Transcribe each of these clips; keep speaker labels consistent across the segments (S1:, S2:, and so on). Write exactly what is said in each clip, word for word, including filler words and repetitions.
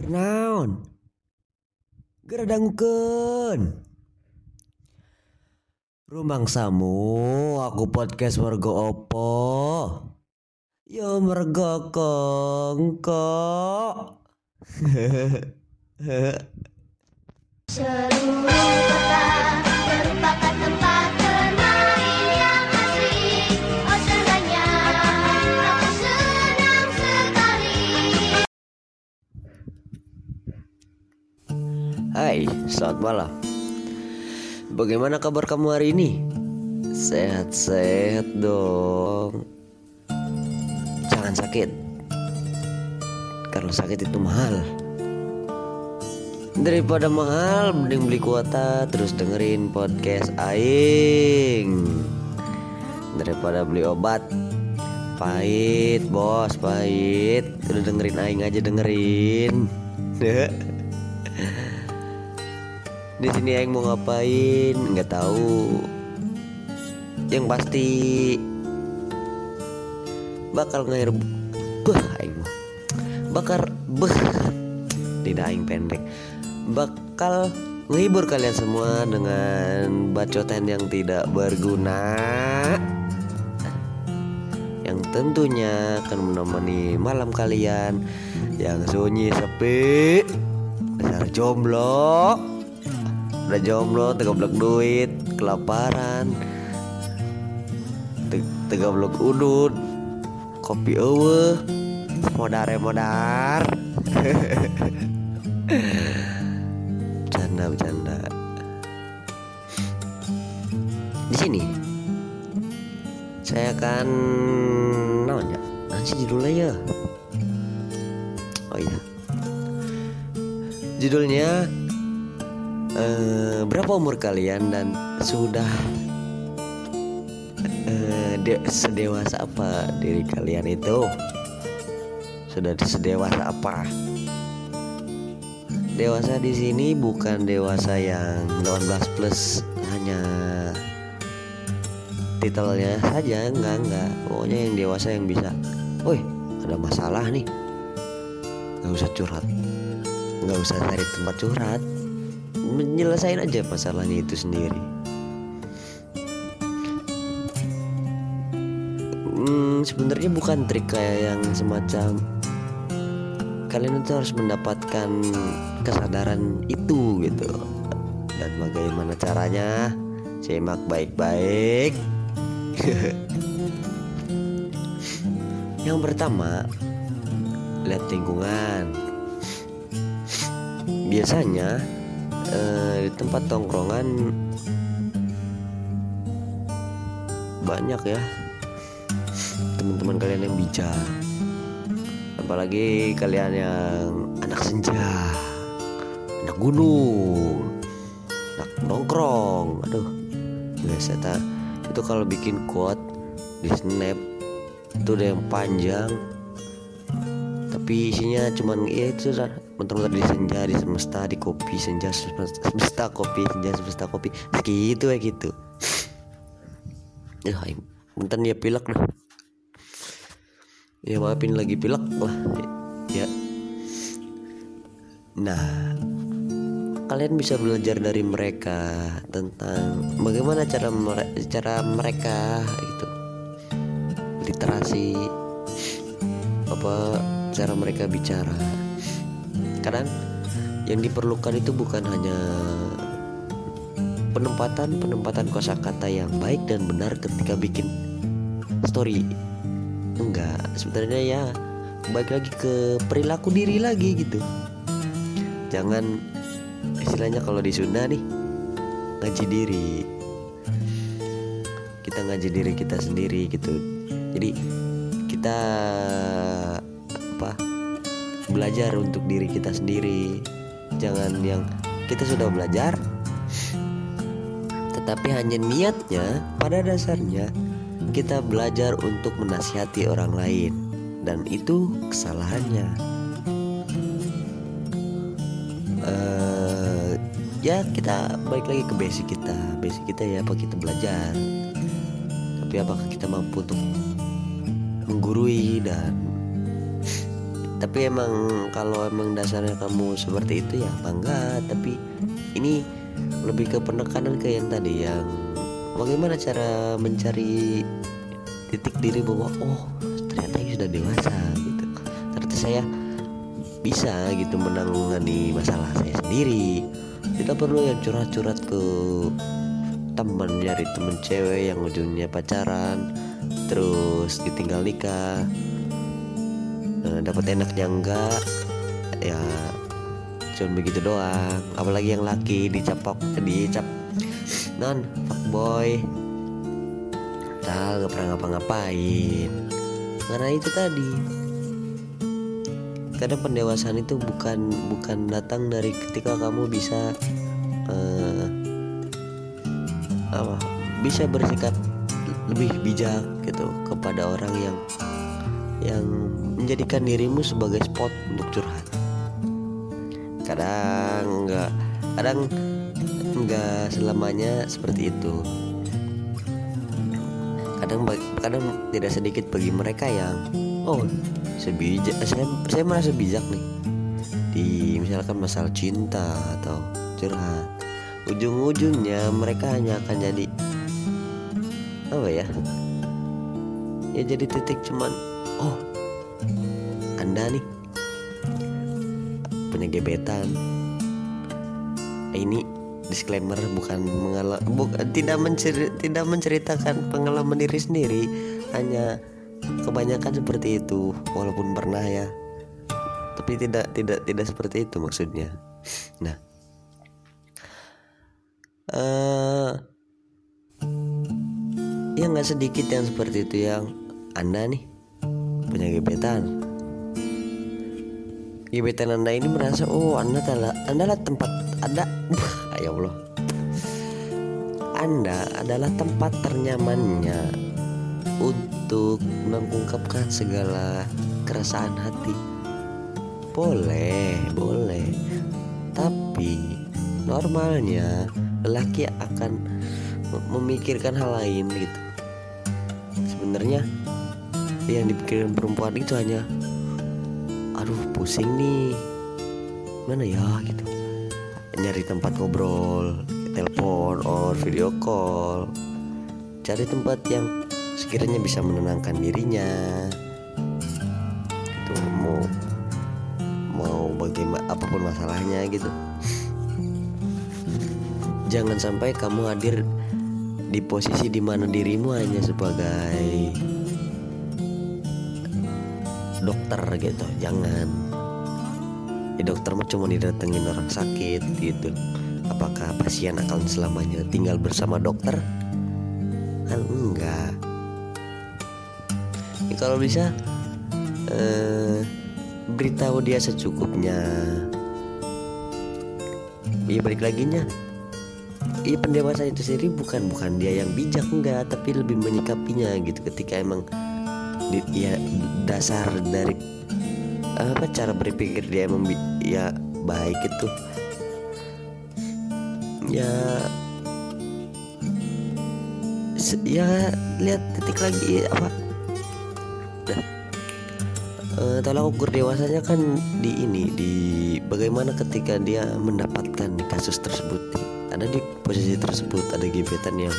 S1: Naon? Gara dangukeun. Rumangsamu aku podcast warga opo? Ya merga kengkok.
S2: Seluruh kota merupakan tempat bermain yang asik. Oh senangnya, aku senang sekali.
S1: Hai, selamat malam. Bagaimana kabar kamu hari ini? Sehat-sehat dong. Jangan sakit. Karena sakit itu mahal. Daripada mahal, mending beli kuota terus dengerin podcast aing. Daripada beli obat pahit, bos, pahit. Udah dengerin aing aja dengerin. Di sini aing mau ngapain nggak tahu. Yang pasti bakal ngair beh aing mah. Bakar beh. Tidak aing pendek. Bakal menghibur kalian semua dengan bacotan yang tidak berguna, yang tentunya akan menemani malam kalian yang sunyi sepi. Dasar jomblo. Udah jomblo, tegablek duit, kelaparan, tegablek udut, kopi eueuh, modare modar. Bercanda bercanda. Di sini saya akan namanya nanti judulnya ya. Oh iya. Judulnya uh, berapa umur kalian dan sudah uh, de- sedewasa apa diri kalian itu? Sudah sedewasa apa? Dewasa di sini bukan dewasa yang delapan belas plus hanya titelnya saja, enggak enggak. Pokoknya yang dewasa yang bisa. Woi, ada masalah nih. Enggak usah curhat. Enggak usah cari tempat curhat. Menyelesain aja masalahnya itu sendiri. Hmm, sebenarnya bukan trik kayak yang semacam kalian itu harus mendapatkan kesadaran itu gitu. Dan bagaimana caranya? Simak baik-baik. Yang pertama, lihat lingkungan. Biasanya eh, di tempat tongkrongan banyak ya teman-teman kalian yang bijak. Apalagi kalian yang anak senja, anak gunung, anak nongkrong. Aduh, biasa tak. Itu kalau bikin quote di snap itu udah yang panjang, tapi isinya cuman ya itu lah, mentor-mentor di senja, di semesta, di kopi senja, semesta kopi senja, semesta kopi, gitu ya gitu. Ya, bentar dia pilek dah. Ya maafin lagi pilek lah ya. Nah, kalian bisa belajar dari mereka tentang bagaimana cara mere- cara mereka itu literasi, apa cara mereka bicara. Kadang yang diperlukan itu bukan hanya penempatan penempatan kosakata yang baik dan benar ketika bikin story. Enggak, sebenarnya ya balik lagi ke perilaku diri lagi gitu. Jangan istilahnya kalau di Sunda nih, ngaji diri. Kita ngaji diri kita sendiri gitu. Jadi kita apa? Belajar untuk diri kita sendiri. Jangan yang kita sudah belajar tetapi hanya niatnya pada dasarnya kita belajar untuk menasihati orang lain, dan itu kesalahannya. Uh, ya kita balik lagi ke basic kita. Basic kita ya apa kita belajar. Tapi apakah kita mampu untuk menggurui dan Tapi emang kalau emang dasarnya kamu seperti itu ya bangga. Tapi ini lebih ke penekanan ke yang tadi, yang bagaimana cara mencari titik diri bahwa oh ternyata ini sudah dewasa gitu. Ternyata saya bisa gitu menangani masalah saya sendiri. Tidak perlu yang curhat-curhat ke teman, nyari temen cewek yang ujungnya pacaran terus ditinggal nikah, e, dapat enaknya enggak ya, cuma begitu doang. Apalagi yang laki dicapok dicap non fuckboy, padahal gak pernah ngapa-ngapain. Karena itu tadi, kadang pendewasaan itu bukan bukan datang dari ketika kamu bisa uh, apa bisa bersikap lebih bijak gitu kepada orang yang yang menjadikan dirimu sebagai spot untuk curhat. Kadang enggak, kadang enggak selamanya seperti itu. Kadang kadang tidak sedikit bagi mereka yang oh sebijak, saya saya merasa bijak nih di misalkan masalah cinta atau curhat. Ujung-ujungnya mereka hanya akan jadi apa ya? Ya jadi titik cuman oh Anda nih punya gebetan. Ini disclaimer bukan mengal- bukan tidak mencer- tidak menceritakan pengalaman diri sendiri, hanya kebanyakan seperti itu walaupun pernah ya. Tapi tidak tidak tidak seperti itu maksudnya. Nah, uh, ya nggak sedikit yang seperti itu, yang Anda nih punya gebetan. Gebetan Anda ini merasa oh Anda adalah adalah tempat ada ya Allah, Anda adalah tempat ternyamannya untuk mengungkapkan segala keresahan hati. Boleh, boleh. Tapi normalnya lelaki akan memikirkan hal lain gitu. Sebenarnya yang dipikirkan perempuan itu hanya aduh pusing nih, mana ya gitu, nyari tempat ngobrol, telepon or video call, cari tempat yang sekiranya bisa menenangkan dirinya gitu. Mau mau bagaimana apapun masalahnya gitu. Jangan sampai kamu hadir di posisi dimana dirimu hanya sebagai dokter gitu. Jangan. Ya dokter mah cuma didatengin orang sakit gitu. Apakah pasien akan selamanya tinggal bersama dokter? Kan enggak. Ya, kalau bisa eh, beritahu dia secukupnya. Ya balik lagi nya, iya pendewasaan itu sendiri bukan bukan dia yang bijak, enggak, tapi lebih menyikapinya gitu. Ketika emang di, ya dasar dari apa cara berpikir dia emang ya baik itu, ya ya lihat titik lagi apa dah. Uh, tolak ukur dewasanya kan di ini, di bagaimana ketika dia mendapatkan kasus tersebut, ada di posisi tersebut, ada gebetan yang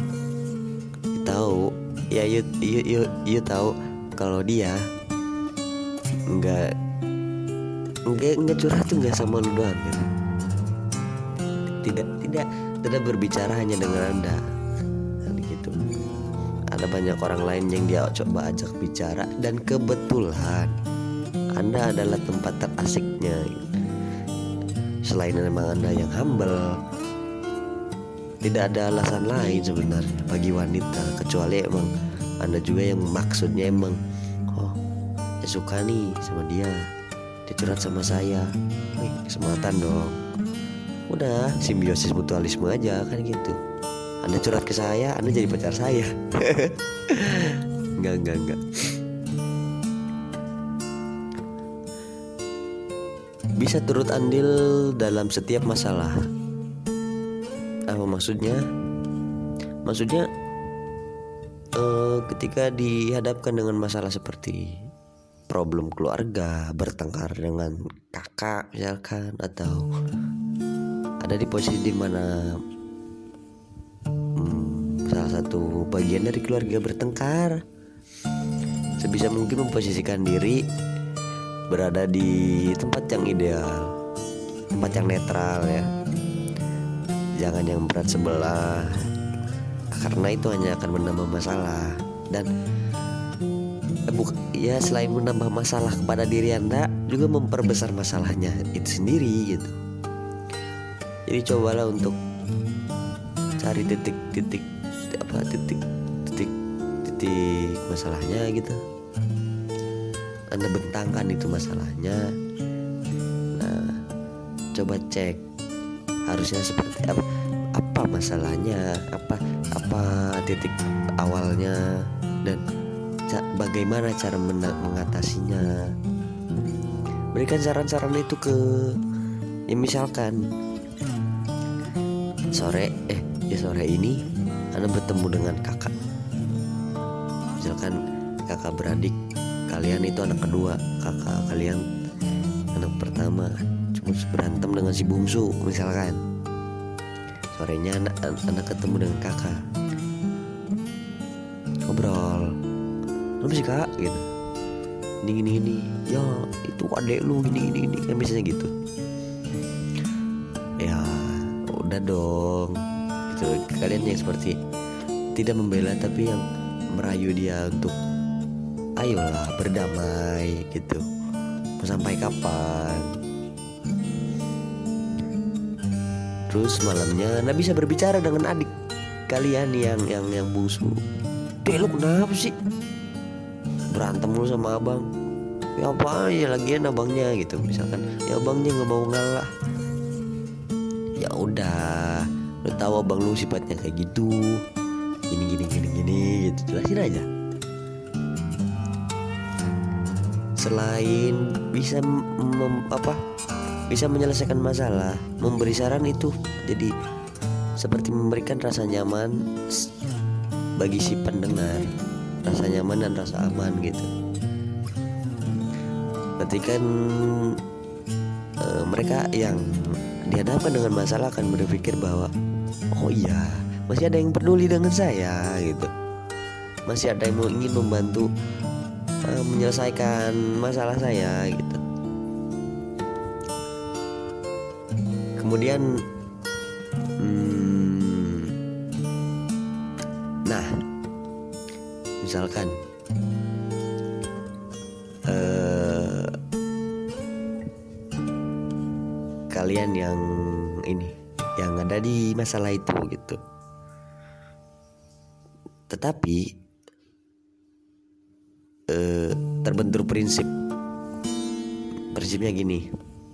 S1: tahu ya, you, you, you, you tahu kalau dia nggak nggak nggak curhat tuh nggak sama lu doang gitu. Tidak tidak tidak berbicara hanya dengan Anda gitu. Ada banyak orang lain yang dia coba ajak bicara, dan kebetulan Anda adalah tempat terasiknya gitu. Selain memang Anda yang humble, tidak ada alasan lain sebenarnya bagi wanita kecuali emang Anda juga yang maksudnya emang oh saya suka nih sama dia, dia curhat sama saya, wih kesempatan dong. Udah simbiosis mutualisme aja kan gitu. Anda curhat ke saya, Anda jadi pacar saya. Enggak enggak enggak. Bisa turut andil dalam setiap masalah. Apa maksudnya? Maksudnya eh, ketika dihadapkan dengan masalah seperti problem keluarga, bertengkar dengan kakak misalkan, atau ada di posisi dimana hmm, salah satu bagian dari keluarga bertengkar, sebisa mungkin memposisikan diri berada di tempat yang ideal, tempat yang netral ya, jangan yang berat sebelah, karena itu hanya akan menambah masalah. Dan eh, buk, ya selain menambah masalah kepada diri Anda, juga memperbesar masalahnya itu sendiri gitu. Jadi cobalah untuk cari titik-titik apa titik titik titik masalahnya gitu. Anda bentangkan itu masalahnya. Nah, coba cek harusnya seperti apa, apa masalahnya, apa apa titik awalnya, dan ca- bagaimana cara mena- mengatasinya. Berikan saran-saran itu ke, ya misalkan sore eh ya sore ini Anda bertemu dengan kakak, misalkan kakak beradik kalian itu anak kedua, kakak kalian anak pertama, cuma berantem dengan si bungsu misalkan. Sorenya anak, anak ketemu dengan kakak, ngobrol, kenapa sih kak gitu, ini gini gini, ya itu adek lu gini gini gini, kan biasanya gitu. Ya udah dong gitu, kalian yang seperti tidak membela tapi yang merayu dia untuk ayolah berdamai gitu. Mau sampai kapan? Terus malamnya Anda bisa berbicara dengan adik kalian yang yang yang bungsu. Dek, lu kenapa sih berantem lu sama abang? Ya apa ya, lagian abangnya gitu misalkan, ya abangnya nggak mau ngalah. Ya udah, lu tahu abang lu sifatnya kayak gitu, gini gini gini gini gitu, jelasin aja. Selain bisa mem, apa bisa menyelesaikan masalah, memberi saran itu jadi seperti memberikan rasa nyaman bagi si pendengar, rasa nyaman dan rasa aman gitu. Ketika e, mereka yang dihadapkan dengan masalah akan berpikir bahwa oh iya, masih ada yang peduli dengan saya gitu, masih ada yang mau ingin membantu uh, menyelesaikan masalah saya gitu. Kemudian hmm, nah misalkan uh, kalian yang ini yang ada di masalah itu gitu, tetapi eh, terbentur prinsip prinsipnya gini,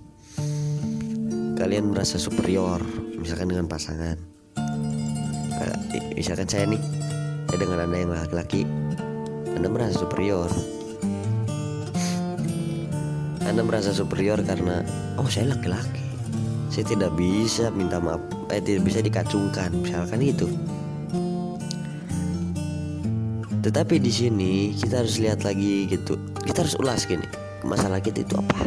S1: kalian merasa superior misalkan dengan pasangan. Eh, misalkan saya nih, saya dengan Anda yang laki-laki, Anda merasa superior. Anda merasa superior karena oh saya laki-laki, saya tidak bisa minta maaf, eh tidak bisa dikacungkan, misalkan itu. Tetapi di sini kita harus lihat lagi gitu, kita harus ulas gini, masalah kita itu apa?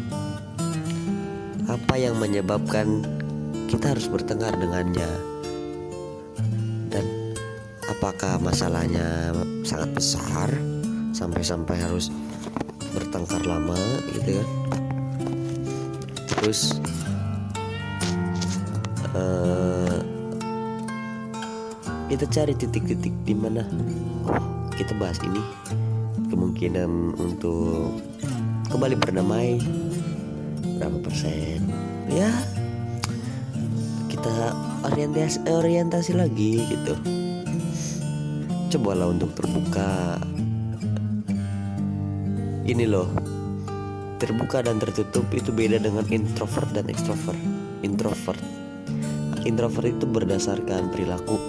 S1: Apa yang menyebabkan kita harus bertengkar dengannya? Dan apakah masalahnya sangat besar sampai-sampai harus bertengkar lama gitu kan? Terus uh, kita cari titik-titik di mana oh, kita bahas ini kemungkinan untuk kembali berdamai berapa persen, ya kita orientasi orientasi lagi gitu. Cobalah untuk terbuka. Ini loh, terbuka dan tertutup itu beda dengan introvert dan extrovert. Introvert introvert itu berdasarkan perilaku.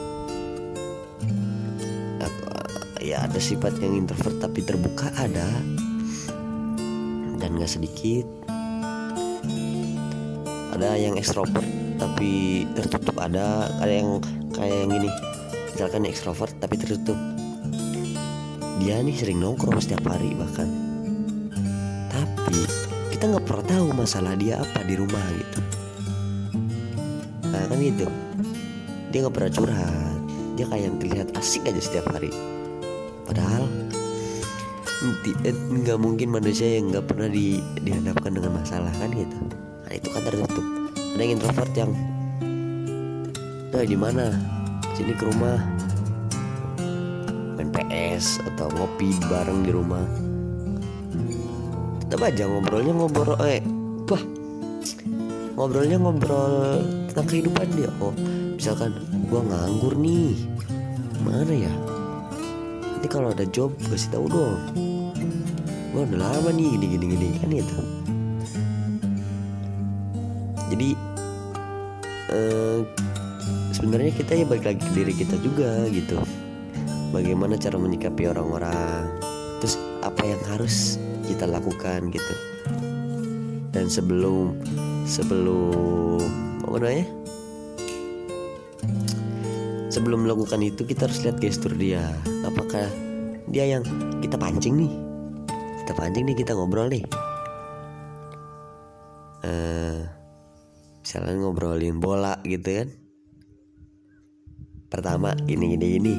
S1: Ya ada sifat yang introvert tapi terbuka ada, dan gak sedikit. Ada yang extrovert tapi tertutup ada. Ada yang kayak yang gini, misalkan extrovert tapi tertutup. Dia nih sering nongkrong setiap hari bahkan. tapi kita nggak pernah tahu masalah dia apa di rumah gitu. Nah kan gitu, dia nggak pernah curhat, dia kayak terlihat asik aja setiap hari. Padahal nggak mungkin manusia yang nggak pernah di, dihadapkan dengan masalah kan gitu. Nah itu kan tertutup. Ada yang introvert yang, nah di mana? Sini ke rumah, main P S atau ngopi bareng di rumah. Tetap aja ngobrolnya ngobrol, eh, wah, ngobrolnya ngobrol tentang kehidupan dia. Oh, misalkan gua nganggur nih, mana ya? Nanti kalau ada job kasih tahu dong. Gua udah lama nih gini gini gini kan itu. Jadi eh, sebenarnya kita ya balik lagi ke diri kita juga gitu. Bagaimana cara menyikapi orang-orang, terus apa yang harus kita lakukan gitu. Dan sebelum sebelum apa namanya? Sebelum melakukan itu kita harus lihat gestur dia. Apakah dia yang kita pancing nih? Kita pancing nih, kita ngobrol nih. Uh, misalnya ngobrolin bola gitu kan. Pertama ini ini ini.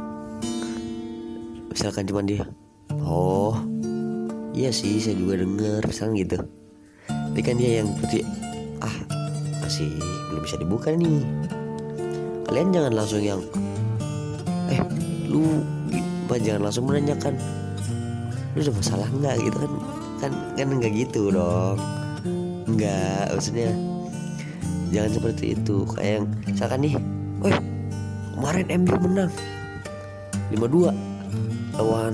S1: Misalkan cuma dia, oh iya sih saya juga dengar, misalnya gitu. Tapi kan dia yang putih, ah masih belum bisa dibuka nih. Kalian jangan langsung yang, eh lu jangan langsung menanyakan, lu ada masalah nggak gitu kan? Kan kan nggak gitu dong. Nggak, maksudnya jangan seperti itu. Kayak yang misalkan nih, weh kemarin M U menang lima dua lawan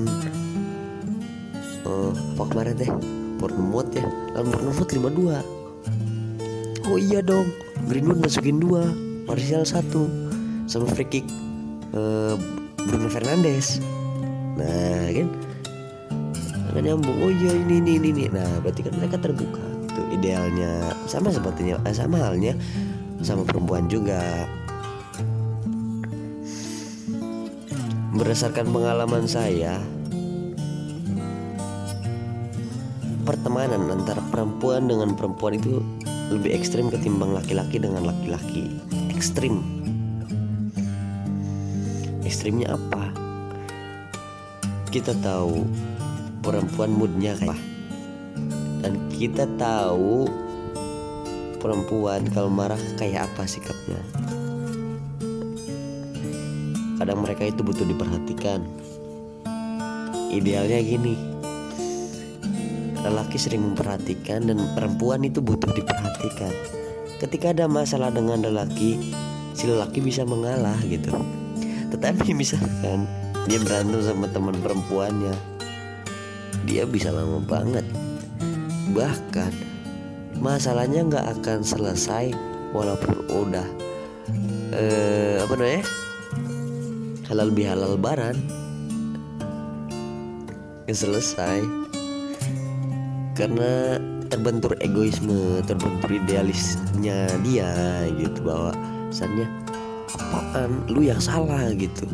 S1: uh, apa kemarin teh Bournemouth ya, lawan Bournemouth lima dua. Oh iya dong, Greenwood masukin dua, Martial satu, sama free kick uh, Bruno Fernandes. Nah kan kan nyambung. Oh iya ini ini ini, ini. Nah berarti kan mereka terbuka. Itu idealnya. Sama sepertinya, eh, sama halnya sama perempuan juga. Berdasarkan pengalaman saya, pertemanan antara perempuan dengan perempuan itu lebih ekstrim ketimbang laki-laki dengan laki-laki. Ekstrim. Ekstrimnya apa? Kita tahu perempuan moodnya kayak apa, dan kita tahu perempuan kalau marah kayak apa sikapnya. Kadang mereka itu butuh diperhatikan. Idealnya gini, lelaki sering memperhatikan dan perempuan itu butuh diperhatikan. Ketika ada masalah dengan lelaki, si lelaki bisa mengalah gitu. Tetapi misalkan dia berantem sama teman perempuannya, dia bisa lama banget. Bahkan masalahnya gak akan selesai walaupun udah eh, apa namanya halal bihalal lebaran, gak selesai. Karena terbentur egoisme, terbentur idealisnya dia gitu, bahwa pesannya apaan, lu yang salah gitu.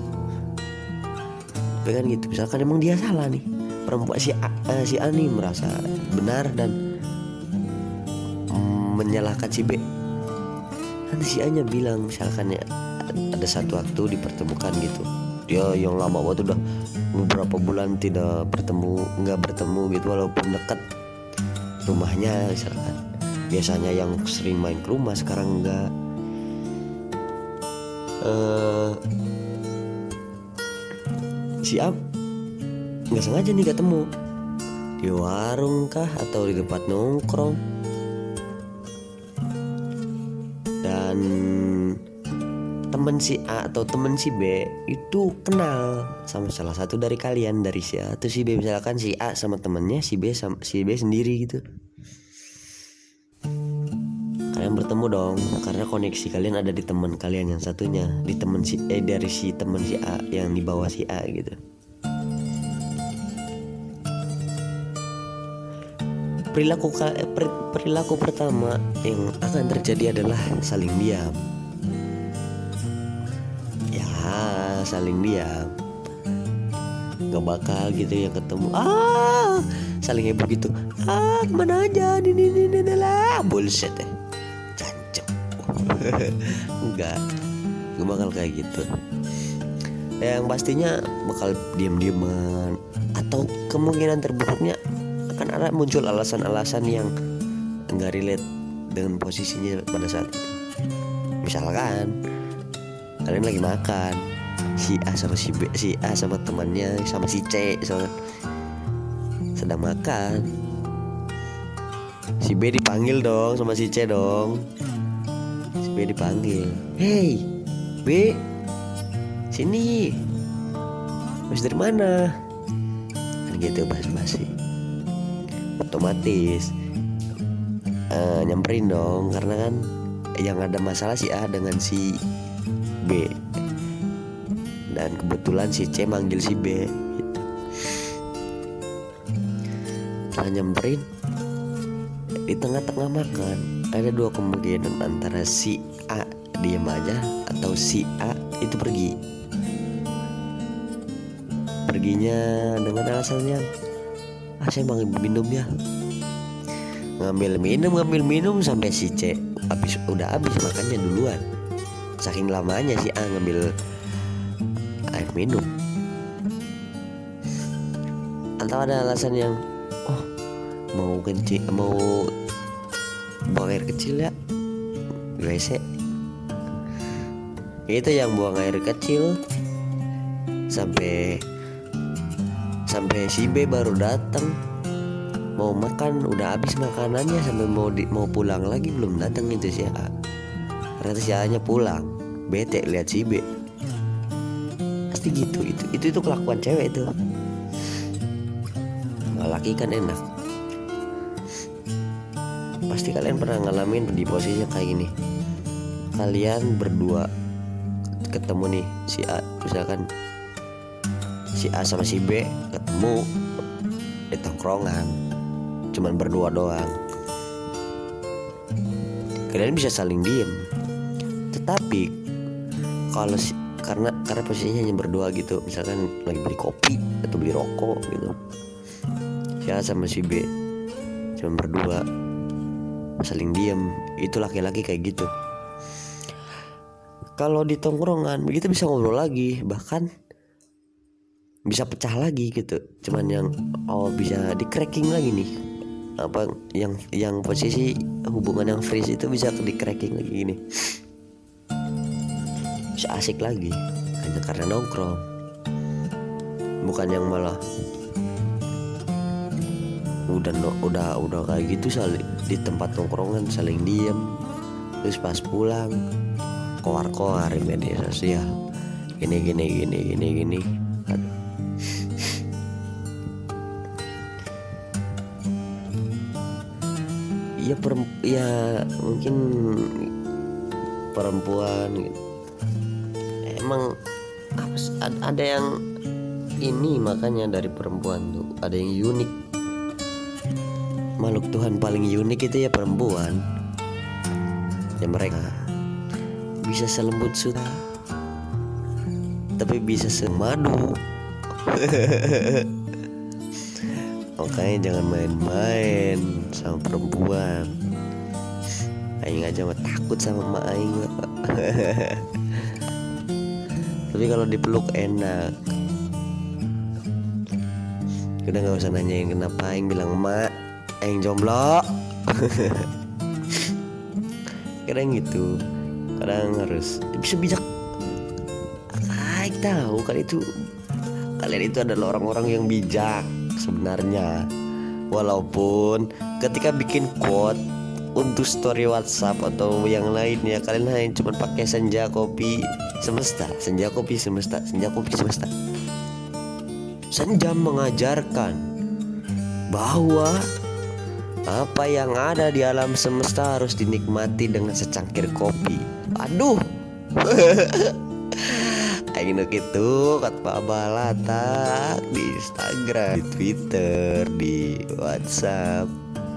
S1: Kan gitu, misalkan emang dia salah nih, perempuan si A, eh, si A nih merasa benar dan mm, menyalahkan si B. Nanti si A nya bilang, misalkan ya ada satu waktu dipertemukan gitu, dia yang lama waktu udah beberapa bulan tidak bertemu, nggak bertemu gitu, walaupun dekat rumahnya misalkan. Biasanya yang sering main ke rumah sekarang enggak. Uh, si A nggak sengaja nih ketemu di warung kah atau di tempat nongkrong, dan temen si A atau temen si B itu kenal sama salah satu dari kalian, dari si A atau si B. Misalkan si A sama temennya, si B sama si B sendiri gitu. Kalian bertemu dong, karena koneksi kalian ada di teman kalian yang satunya, di temen si eh dari si temen si A yang di bawah si A gitu. Perilaku perilaku pertama yang akan terjadi adalah saling diam. saling diam. Gak bakal gitu ya ketemu, ah saling heboh gitu. Ah kemana aja, ini ini ini lah bullshit ya, cancok. Enggak, gue bakal kayak gitu. Yang pastinya bakal diam-diaman, atau kemungkinan terburuknya akan ada muncul alasan-alasan yang enggak relate dengan posisinya pada saat itu. Misalkan kalian lagi makan, si A sama si B, si A sama temannya sama si C sama sedang makan. Si B dipanggil dong sama si C dong. Si B dipanggil, "Hey, B, sini. Habis dari mana?" Kan gitu basa-basi. Otomatis uh, nyamperin dong, karena kan yang ada masalah si A dengan si B, dan kebetulan si C manggil si B gitu. Setelah nyamperin, di tengah-tengah makan ada dua kemungkinan, antara si A diem aja atau si A itu pergi. Perginya dengan alasannya, ah saya mau minum ya. Ngambil minum, ngambil minum sampai si C habis, udah habis makannya duluan. Saking lamanya si A ngambil air minum. Atau ada alasan yang, oh mau kencing, mau buang air kecil ya, W C. Itu yang buang air kecil sampai sampai si B baru datang. Mau makan udah habis makanannya, sampai mau di, mau pulang lagi belum datang itu si A. Ternyata si A nya pulang, bete lihat si B. Pasti gitu, itu itu itu kelakuan cewek itu. Nggak, laki kan enak. Pasti kalian pernah ngalamin di posisi kayak gini. Kalian berdua ketemu nih si A, misalkan si A sama si B ketemu di tongkrongan, cuman berdua doang. Kalian bisa saling diem. Tetapi kalau si, karena karena posisinya hanya berdua gitu, misalkan lagi beli kopi atau beli rokok gitu, si A sama si B cuman berdua saling diem, itu laki-laki kayak gitu. Kalau di tongkrongan begitu bisa ngobrol lagi, bahkan bisa pecah lagi gitu. Cuman yang oh bisa di cracking lagi nih, apa yang yang posisi hubungan yang freeze itu bisa di cracking lagi gini, bisa asik lagi hanya karena nongkrong. Bukan yang malah udah no, udah udah kayak gitu saling di tempat nongkrongan saling diem, terus pas pulang koar-koar di media sosial gini gini gini gini gini. Ya per, ya mungkin perempuan gitu. Emang ada yang ini, makanya dari perempuan tuh ada yang unik. Makhluk Tuhan paling unik itu ya perempuan. Ya mereka bisa selembut sutra, tapi bisa semadu. Makanya jangan main-main sama perempuan. Aing aja mah takut sama mak aing. Tapi kalau dipeluk enak. Udah gak usah nanyain kenapa aing bilang mak, aing jomblo. Kadang gitu, kadang harus bisa bijak. Aing tahu kali itu kalian itu adalah orang-orang yang bijak sebenarnya. Walaupun ketika bikin quote untuk story WhatsApp atau yang lainnya, kalian hanya cuma pakai senja kopi semesta, senja kopi semesta, senja kopi semesta. Senja mengajarkan bahwa apa yang ada di alam semesta harus dinikmati dengan secangkir kopi. Aduh. Aing gitu kat Pak Balatak di Instagram, di Twitter, di WhatsApp.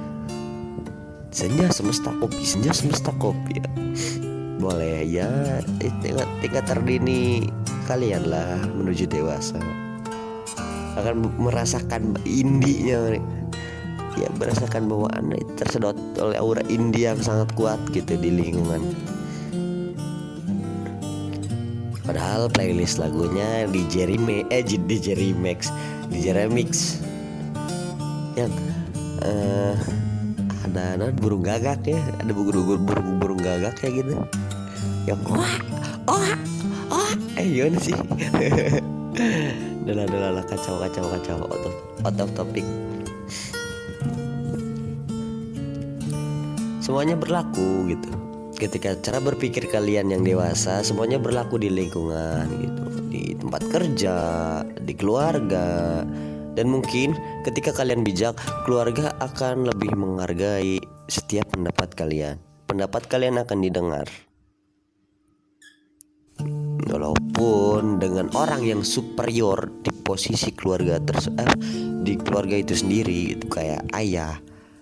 S1: Senja semesta kopi, senja semesta kopi. Boleh ya, tingkat, tingkat terdini kalian lah menuju dewasa akan merasakan indinya ya merasakan bahwa Anda tersedot oleh aura indie yang sangat kuat gitu di lingkungan. Padahal playlist lagunya di Jeremy eh di Jeremix, di Jeremix yang uh, ada, ada burung gagak ya, ada burung burung burung gagak kayak gitu. Yang wah, wah, wah, eh gimana sih? Dalah dalah kacau kacau kacau out of, out of topic. Semuanya berlaku gitu. Ketika cara berpikir kalian yang dewasa, semuanya berlaku di lingkungan gitu, di tempat kerja, di keluarga. Dan mungkin ketika kalian bijak, keluarga akan lebih menghargai setiap pendapat kalian. Pendapat kalian akan didengar. Walaupun dengan orang yang superior di posisi keluarga terus eh, di keluarga itu sendiri, itu kayak ayah.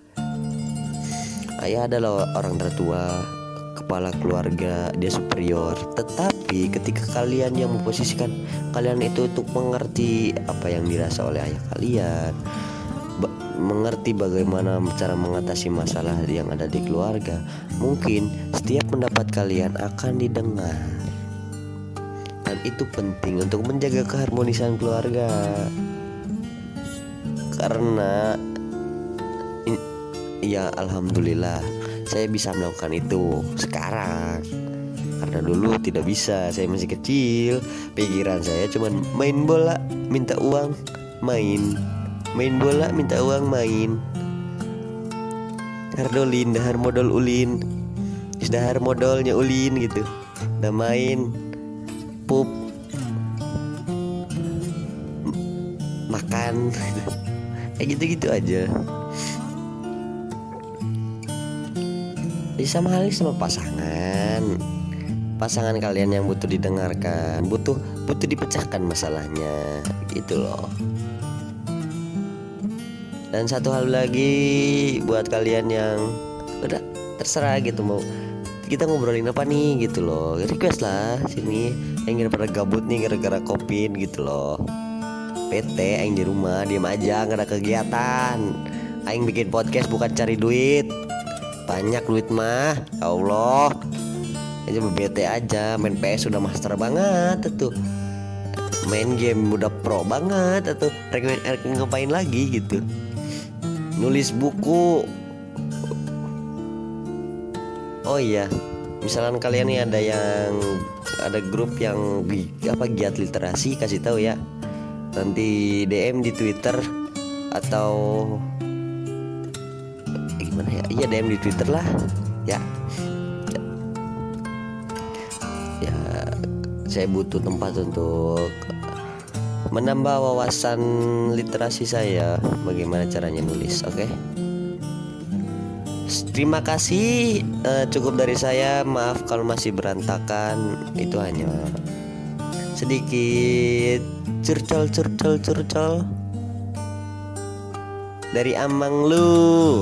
S1: Ayah adalah orang tertua, kepala keluarga, dia superior. Tetapi ketika kalian yang memposisikan kalian itu untuk mengerti apa yang dirasa oleh ayah kalian, ba- mengerti bagaimana cara mengatasi masalah yang ada di keluarga, mungkin setiap pendapat kalian akan didengar. Dan itu penting untuk menjaga keharmonisan keluarga. Karena ya alhamdulillah saya bisa melakukan itu sekarang. Karena dulu tidak bisa, saya masih kecil. Pikiran saya cuma main bola, minta uang, main. Main bola, minta uang, main. Hardolin, dahar modal ulin. Dahar modalnya ulin gitu. Udah main, pup, makan. Kayak gitu-gitu aja. Jadi sama halnya sama pasangan. Pasangan kalian yang butuh didengarkan, butuh butuh dipecahkan masalahnya, gitu loh. Dan satu hal lagi buat kalian yang udah terserah gitu mau kita ngobrolin apa nih gitu loh, request lah sini. Yang pada gabut nih gara-gara COVID gitu loh. P T aing di rumah diem aja nggak ada kegiatan. Aing bikin podcast bukan cari duit. Banyak duit mah, ya Allah. Aja bete aja, main P S udah master banget tuh. Main game udah pro banget tuh. Rek ngapain lagi gitu. Nulis buku. Oh iya, misalkan kalian nih ada yang ada grup yang apa giat literasi, kasih tahu ya. Nanti D M di Twitter atau gimana ya? Iya D M di Twitter lah. Ya. Ya, saya butuh tempat untuk menambah wawasan literasi saya. Bagaimana caranya nulis, oke? Okay? Terima kasih. Uh, cukup dari saya. Maaf kalau masih berantakan. Itu hanya sedikit curcol curcol curcol dari Amang lu.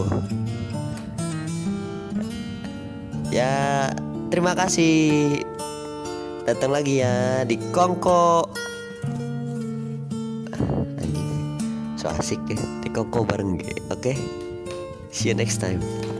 S1: Ya, terima kasih. Datang lagi ya di Kongko. Anjing, so asik ya di Kongko bareng gue. Oke, okay? See you next time.